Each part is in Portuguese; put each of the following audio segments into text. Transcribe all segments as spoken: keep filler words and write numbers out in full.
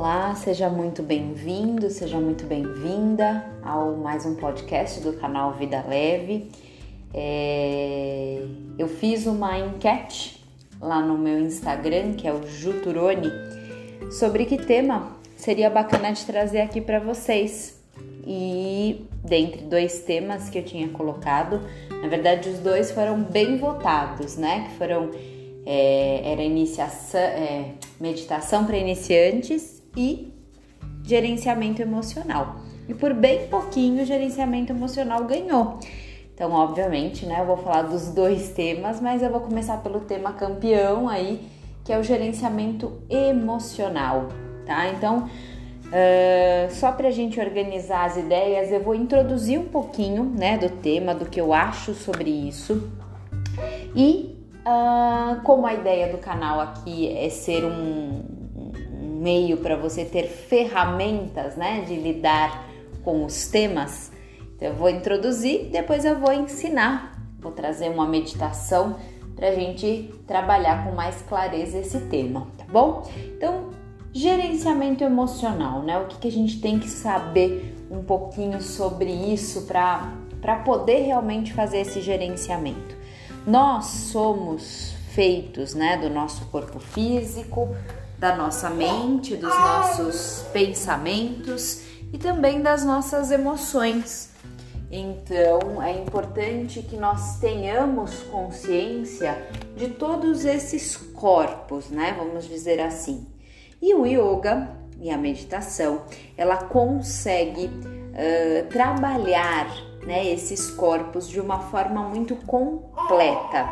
Olá, seja muito bem-vindo, seja muito bem-vinda ao mais um podcast do canal Vida Leve. É... Eu fiz uma enquete lá no meu Instagram, que é o Juturone, sobre que tema seria bacana de trazer aqui para vocês. E dentre dois temas que eu tinha colocado, na verdade os dois foram bem votados, né? Que foram é, era iniciação, é, meditação para iniciantes e gerenciamento emocional. E por bem pouquinho o gerenciamento emocional ganhou. Então, obviamente, né? Eu vou falar dos dois temas, mas eu vou começar pelo tema campeão aí, que é o gerenciamento emocional, tá? Então, Uh, só para a gente organizar as ideias, eu vou introduzir um pouquinho, né, do tema, do que eu acho sobre isso. E uh, como a ideia do canal aqui é ser um, um meio para você ter ferramentas, né, de lidar com os temas, então eu vou introduzir, depois eu vou ensinar, vou trazer uma meditação para a gente trabalhar com mais clareza esse tema, tá bom? Então, gerenciamento emocional, né? O que, que a gente tem que saber um pouquinho sobre isso para para poder realmente fazer esse gerenciamento. Nós somos feitos, né, do nosso corpo físico, da nossa mente, dos nossos pensamentos e também das nossas emoções. Então, é importante que nós tenhamos consciência de todos esses corpos, né? Vamos dizer assim. E o yoga e a meditação, ela consegue uh, trabalhar, né, esses corpos de uma forma muito completa.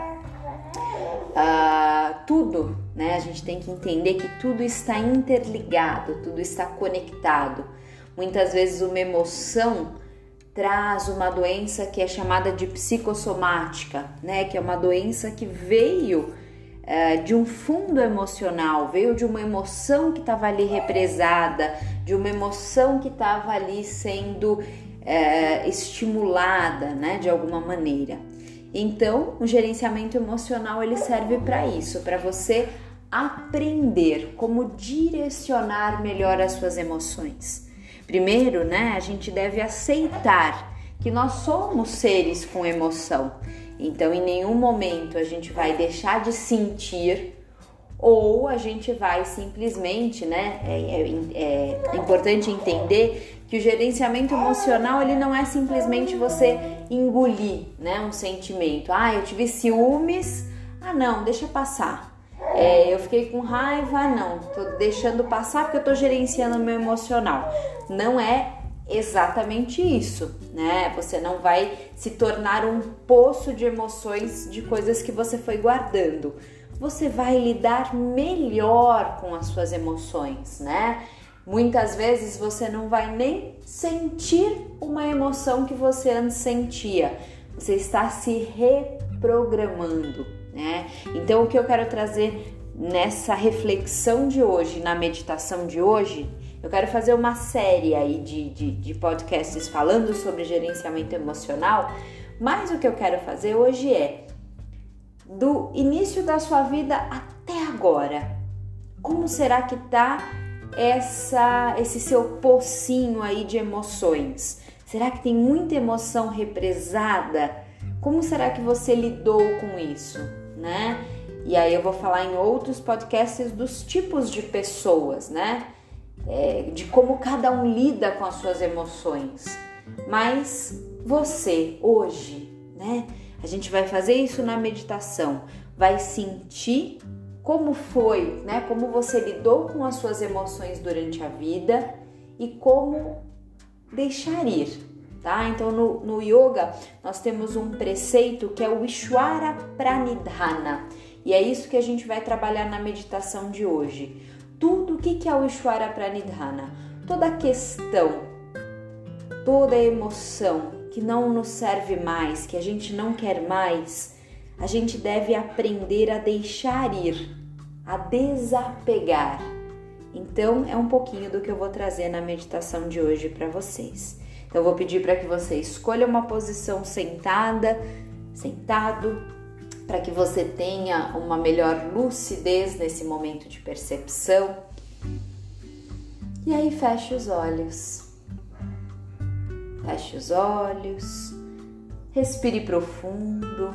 Uh, tudo, né, a gente tem que entender que tudo está interligado, tudo está conectado. Muitas vezes uma emoção traz uma doença que é chamada de psicossomática, né, que é uma doença que veio de um fundo emocional, veio de uma emoção que estava ali represada, de uma emoção que estava ali sendo é, estimulada, né, de alguma maneira. Então, o gerenciamento emocional ele serve para isso, para você aprender como direcionar melhor as suas emoções. Primeiro, né, a gente deve aceitar que nós somos seres com emoção. Então, em nenhum momento a gente vai deixar de sentir ou a gente vai simplesmente, né? É, é, é importante entender que o gerenciamento emocional, ele não é simplesmente você engolir, né, um sentimento. Ah, eu tive ciúmes, ah não, deixa passar. É, eu fiquei com raiva, ah não, tô deixando passar porque eu tô gerenciando o meu emocional. Não é exatamente isso, né? Você não vai se tornar um poço de emoções, de coisas que você foi guardando. Você vai lidar melhor com as suas emoções, né? Muitas vezes você não vai nem sentir uma emoção que você antes sentia. Você está se reprogramando, né? Então, o que eu quero trazer nessa reflexão de hoje, na meditação de hoje, eu quero fazer uma série aí de, de, de podcasts falando sobre gerenciamento emocional, mas o que eu quero fazer hoje é do início da sua vida até agora. Como será que tá essa, esse seu pocinho aí de emoções? Será que tem muita emoção represada? Como será que você lidou com isso, né? E aí eu vou falar em outros podcasts dos tipos de pessoas, né? É, de como cada um lida com as suas emoções. Mas você, hoje, né? A gente vai fazer isso na meditação, vai sentir como foi, né? Como você lidou com as suas emoções durante a vida e como deixar ir, tá? Então no, no yoga nós temos um preceito que é o Ishvara Pranidhana, e é isso que a gente vai trabalhar na meditação de hoje. Tudo, o que é o Ishvara Pranidhana? Toda a questão, toda a emoção que não nos serve mais, que a gente não quer mais, a gente deve aprender a deixar ir, a desapegar. Então, é um pouquinho do que eu vou trazer na meditação de hoje para vocês. Então, eu vou pedir para que você escolha uma posição sentada, sentado, para que você tenha uma melhor lucidez nesse momento de percepção. E aí feche os olhos. Feche os olhos. Respire profundo.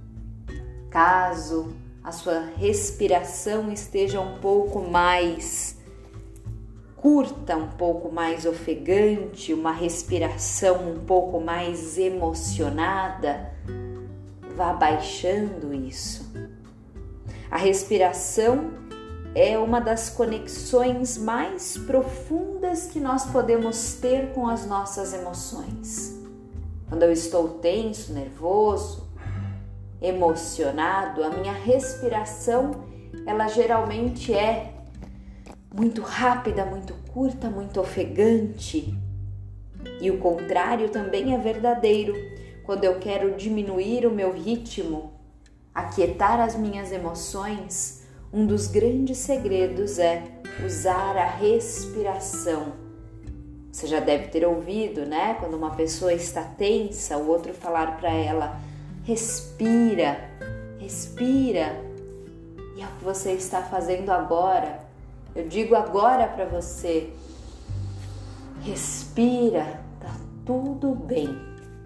Caso a sua respiração esteja um pouco mais curta, um pouco mais ofegante, uma respiração um pouco mais emocionada, vá baixando isso. A respiração é uma das conexões mais profundas que nós podemos ter com as nossas emoções. Quando eu estou tenso, nervoso, emocionado, a minha respiração, ela geralmente é muito rápida, muito curta, muito ofegante. E o contrário também é verdadeiro. Quando eu quero diminuir o meu ritmo, aquietar as minhas emoções, um dos grandes segredos é usar a respiração. Você já deve ter ouvido, né? Quando uma pessoa está tensa, o outro falar para ela: respira, respira. E é o que você está fazendo agora. Eu digo agora para você: respira, tá tudo bem.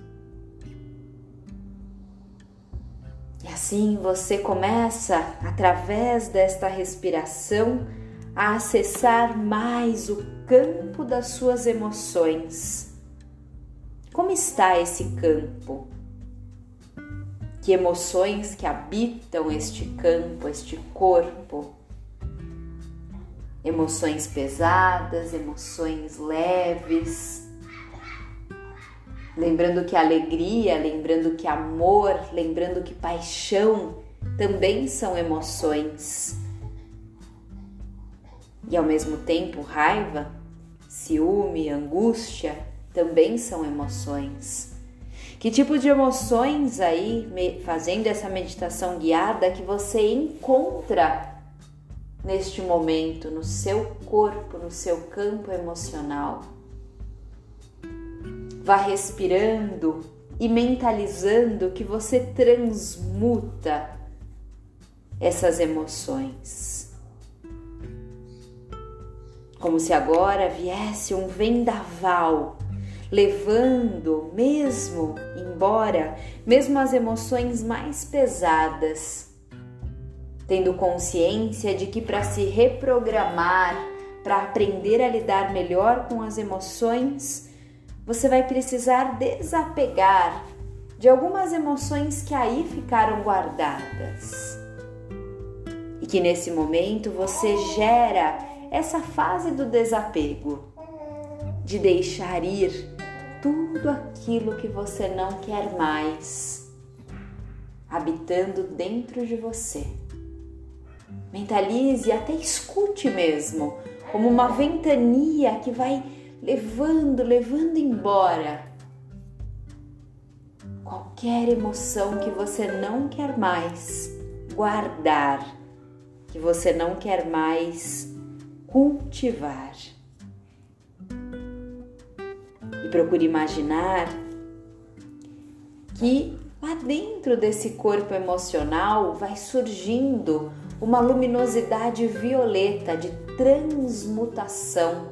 E assim você começa, através desta respiração, a acessar mais o campo das suas emoções. Como está esse campo? Que emoções que habitam este campo, este corpo? Emoções pesadas, emoções leves. Lembrando que alegria, lembrando que amor, lembrando que paixão também são emoções. E ao mesmo tempo, raiva, ciúme, angústia também são emoções. Que tipo de emoções aí, fazendo essa meditação guiada, que você encontra neste momento, no seu corpo, no seu campo emocional? Vá respirando e mentalizando que você transmuta essas emoções. Como se agora viesse um vendaval, levando mesmo embora, mesmo as emoções mais pesadas, tendo consciência de que para se reprogramar, para aprender a lidar melhor com as emoções, você vai precisar desapegar de algumas emoções que aí ficaram guardadas. E que nesse momento você gera essa fase do desapego, de deixar ir tudo aquilo que você não quer mais, habitando dentro de você. Mentalize, até escute mesmo, como uma ventania que vai levando, levando embora qualquer emoção que você não quer mais guardar, que você não quer mais cultivar. E procure imaginar que lá dentro desse corpo emocional vai surgindo uma luminosidade violeta de transmutação.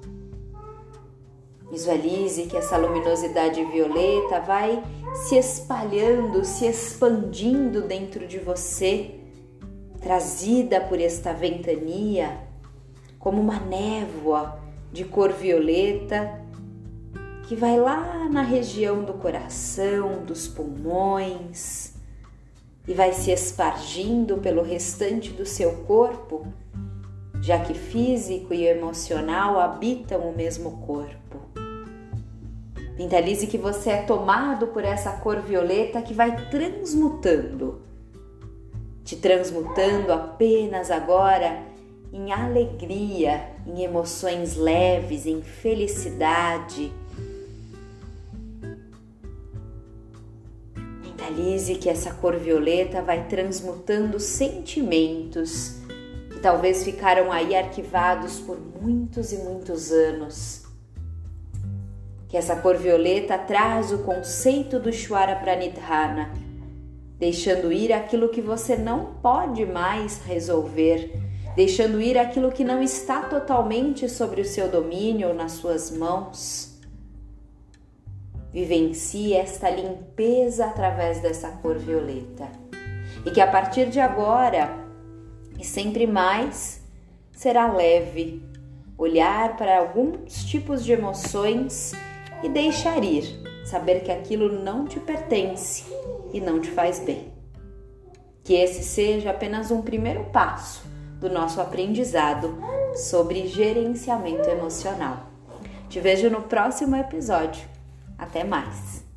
Visualize que essa luminosidade violeta vai se espalhando, se expandindo dentro de você, trazida por esta ventania, como uma névoa de cor violeta que vai lá na região do coração, dos pulmões e vai se espargindo pelo restante do seu corpo, já que físico e emocional habitam o mesmo corpo. Mentalize que você é tomado por essa cor violeta que vai transmutando, te transmutando apenas agora em alegria, em emoções leves, em felicidade. Mentalize que essa cor violeta vai transmutando sentimentos que talvez ficaram aí arquivados por muitos e muitos anos. Que essa cor violeta traz o conceito do Ishvara Pranidhana, deixando ir aquilo que você não pode mais resolver, deixando ir aquilo que não está totalmente sobre o seu domínio ou nas suas mãos. Vivencie esta limpeza através dessa cor violeta. E que a partir de agora, e sempre mais, será leve olhar para alguns tipos de emoções e deixar ir, saber que aquilo não te pertence e não te faz bem. Que esse seja apenas um primeiro passo do nosso aprendizado sobre gerenciamento emocional. Te vejo no próximo episódio. Até mais!